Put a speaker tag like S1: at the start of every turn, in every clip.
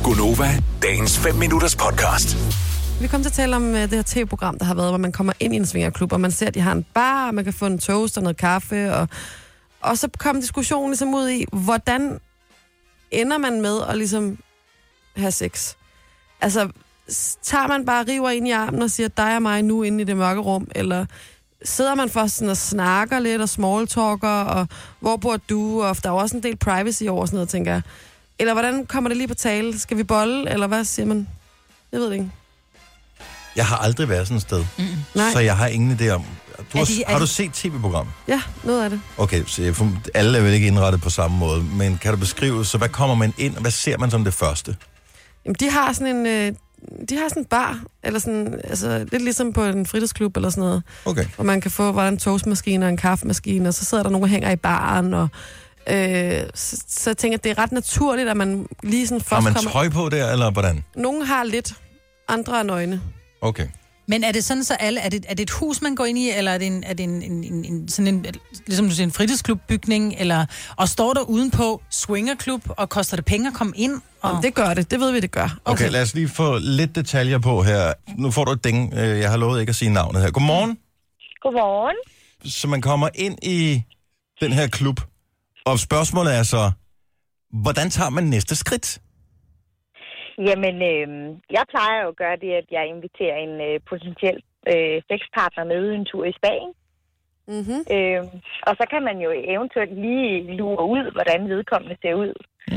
S1: Gonova, dagens 5 minutters podcast.
S2: Vi kom til at tale om det her tv-program, der har været, hvor man kommer ind i en svingerklub, og man ser, at de har en bar, og man kan få en toast og noget kaffe, og så kom diskussionen ligesom ud i, hvordan ender man med at ligesom have sex? Altså, tager man bare river ind i armen og siger, dig og mig nu inde i det mørke rum, eller sidder man først sådan og snakker lidt og smalltalker, og hvor bor du, og der er også en del privacy over sådan noget, tænker jeg. Eller hvordan kommer det lige på tale? Skal vi bolle, eller hvad siger man? Jeg ved det ikke.
S3: Jeg har aldrig været sådan et sted, så jeg har ingen idé om. Har du set tv-program?
S2: Ja, noget af det.
S3: Okay, så alle er vel ikke indrettet på samme måde, men kan du beskrive, så hvad kommer man ind, og hvad ser man som det første?
S2: Jamen, de har sådan en bar, eller sådan, altså lidt ligesom på en fritidsklub eller sådan noget.
S3: Okay.
S2: Hvor man kan få en toastmaskine og en kaffemaskine, og så sidder der nogen, der hænger i baren, og så jeg tænker, at det er ret naturligt, at man lige sådan først kommer...
S3: Har man tøj på der, eller hvordan?
S2: Nogen har lidt, andre er nøgne.
S3: Okay.
S4: Men er det sådan, så alle... Er det et hus, man går ind i, eller er det en sådan en, ligesom du siger, en fritidsklub-bygning, eller... Og står der udenpå swingerklub, og koster det penge at komme ind? Og...
S2: Det gør det. Det ved vi, det gør.
S3: Okay, lad os lige få lidt detaljer på her. Nu får du et ding. Jeg har lovet ikke at sige navnet her. Godmorgen.
S5: Godmorgen.
S3: Så man kommer ind i den her klub, og spørgsmålet er så, hvordan tager man næste skridt?
S5: Jamen, jeg plejer jo at gøre det, at jeg inviterer en potentiel sexpartner med en tur i Spanien.
S2: Mm-hmm.
S5: Og så kan man jo eventuelt lige lure ud, hvordan vedkommende ser ud.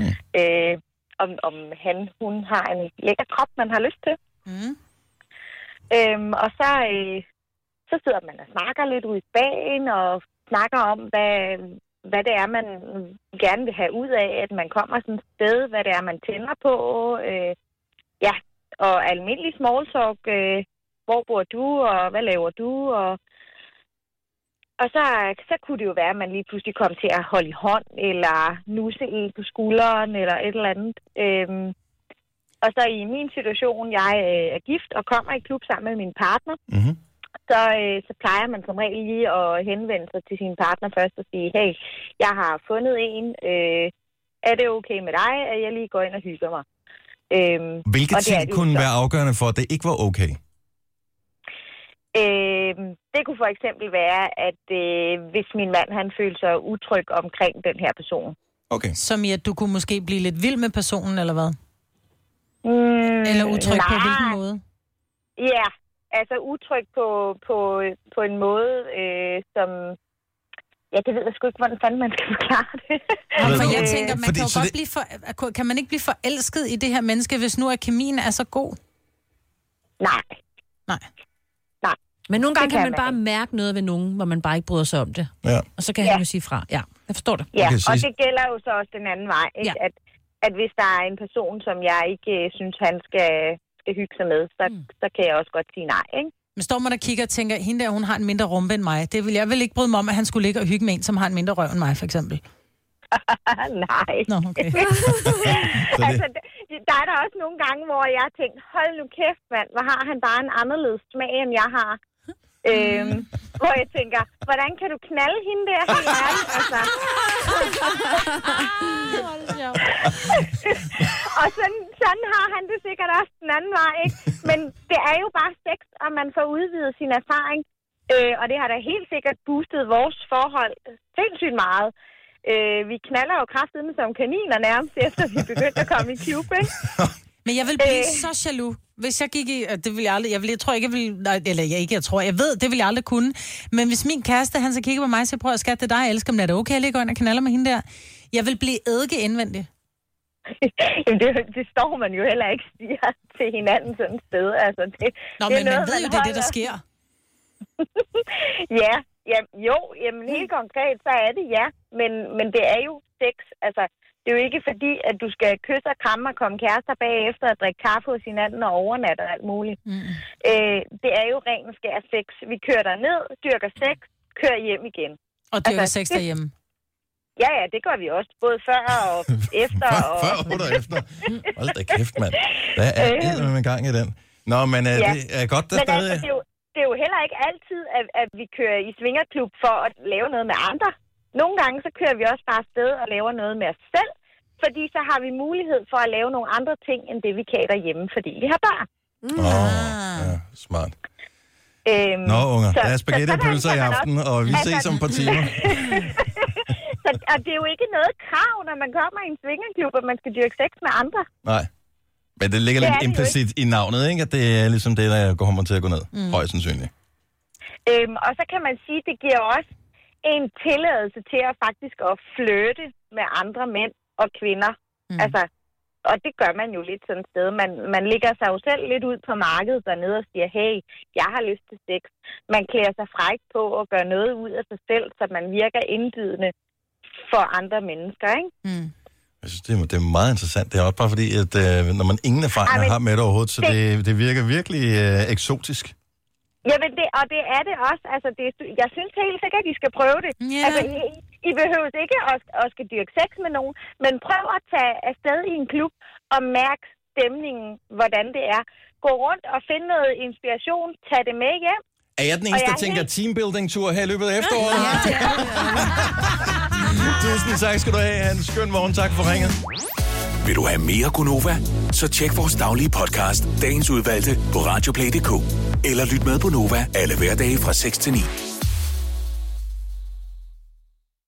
S5: Om hun har en lækker krop, man har lyst til. Og så sidder man og snakker lidt ude i Spanien, og snakker om, hvad det er, man gerne vil have ud af, at man kommer sådan et sted, hvad det er, man tænder på. Og almindelig smalltalk. Hvor bor du, og hvad laver du? Og så kunne det jo være, at man lige pludselig kom til at holde i hånd, eller nusse en på skulderen, eller et eller andet. Og så i min situation, jeg er gift og kommer i klub sammen med min partner, så plejer man som regel lige at henvende sig til sin partner først og sige, hey, jeg har fundet en. Er det okay med dig, at jeg lige går ind og hygger mig?
S3: Hvilke ting kunne være afgørende for, at det ikke var okay?
S5: Det kunne for eksempel være, at hvis min mand han følte sig utryg omkring den her person.
S3: Okay.
S4: Som i, at du kunne måske blive lidt vild med personen, eller hvad? Eller utryg på hvilken måde?
S5: Ja, altså utryg på en måde, som... Ja, det ved jeg sgu ikke, hvordan fanden man skal forklare det.
S4: For jeg tænker, man kan jo godt blive kan man ikke blive forelsket i det her menneske, hvis nu kemien er så god?
S5: Nej.
S6: Men nogle gange kan man bare mærke noget ved nogen, hvor man bare ikke bryder sig om det.
S3: Ja.
S6: Og så kan han jo sige fra. Ja, jeg forstår det.
S5: Ja,
S3: Okay,
S5: og det gælder jo så også den anden vej. Ikke?
S6: Ja.
S5: At hvis der er en person, som jeg ikke synes, han skal hygge sig med, så kan jeg også godt sige nej, ikke?
S4: Men står man og kigger og tænker, hende der, hun har en mindre rumpe end mig. Jeg vil ikke bryde mig om, at han skulle ligge og hygge med en, som har en mindre røv end mig, for eksempel.
S5: Nej.
S4: Nå, okay.
S5: Altså, der er der også nogle gange, hvor jeg har tænkt, hold nu kæft, mand, hvor har han bare en anderledes smag, end jeg har. Hvor jeg tænker, hvordan kan du knalde hende der helt ærligt? Altså. Og sådan har han det sikkert også den anden vej, ikke? Men det er jo bare sex, og man får udvidet sin erfaring. Og det har da helt sikkert boostet vores forhold sindssygt meget. Vi knaller jo kraftedeme som kaniner nærmest, efter vi begyndte at komme i klub, ikke?
S4: Men jeg vil blive så jaloux, hvis jeg gik i... Det vil jeg aldrig... Jeg tror ikke, jeg vil... Eller jeg tror, jeg ved, det vil jeg aldrig kunne. Men hvis min kæreste, han så kigger på mig og siger, prøv at skat, det er dig, jeg elsker, men er det okay, jeg lige går ind og knaller med hende der? Jeg vil blive eddike indvendigt.
S5: Jamen, det står man jo heller ikke siger til hinanden sådan et sted. Altså,
S4: Nå, men man ved jo, det er det, der sker.
S5: Jamen helt konkret, så er det ja. Men det er jo sex. Altså, det er jo ikke fordi, at du skal kysse og kramme og komme kærester bagefter og drikke kaffe hos hinanden og overnatte og alt muligt. Det er jo ren og skær sex. Vi kører der ned, dyrker sex, kører hjem igen.
S4: Og dyrker sex derhjemme.
S5: Ja, det gør vi også. Både før og efter.
S3: Før og efter. Hold da kæft, mand. Hvad er med gang i den? Nå, men det er godt, der stadig...
S5: Altså, det er jo heller ikke altid, at vi kører i svingerklub for at lave noget med andre. Nogle gange, så kører vi også bare afsted og laver noget med os selv, Fordi så har vi mulighed for at lave nogle andre ting, end det vi kan derhjemme, fordi vi har børn.
S3: Ja, smart. Nå, unger, der er spaghetti og pølser i aften, og vi ses om et par timer.
S5: Og det er jo ikke noget krav, når man kommer i en swingerklub, at man skal dyrke sex med andre.
S3: Nej, men det ligger lidt implicit i navnet, ikke? At det er ligesom det, der kommer til at gå ned. Højst sandsynligt.
S5: Og så kan man sige, at det giver også en tilladelse til at faktisk at flirte med andre mænd og kvinder. Altså, og det gør man jo lidt sådan et sted. Man lægger sig jo selv lidt ud på markedet dernede og siger, hey, jeg har lyst til sex. Man klæder sig fræk på og gør noget ud af sig selv, så man virker indbydende for andre mennesker, ikke?
S3: Jeg synes, det er meget interessant. Det er også bare fordi, at når man ingen erfaring har med det overhovedet, så det virker virkelig eksotisk.
S5: Jamen, det er det også. Altså, jeg synes helt sikkert, at I skal prøve det.
S6: Yeah.
S5: Altså, I behøver ikke at skal dyrke sex med nogen, men prøv at tage afsted i en klub og mærk stemningen, hvordan det er. Gå rundt og finde noget inspiration. Tag det med hjem.
S3: Er jeg den eneste, der tænker teambuilding-tur her i løbet af efteråret?
S6: Ja, det er det.
S3: Tusind tak skal du have. Ha' en skøn morgen. Tak for ringet.
S1: Vil du have mere Gunova? Så tjek vores daglige podcast, dagens udvalgte, på radioplay.dk. Eller lyt med på Nova alle hverdage fra 6 til 9.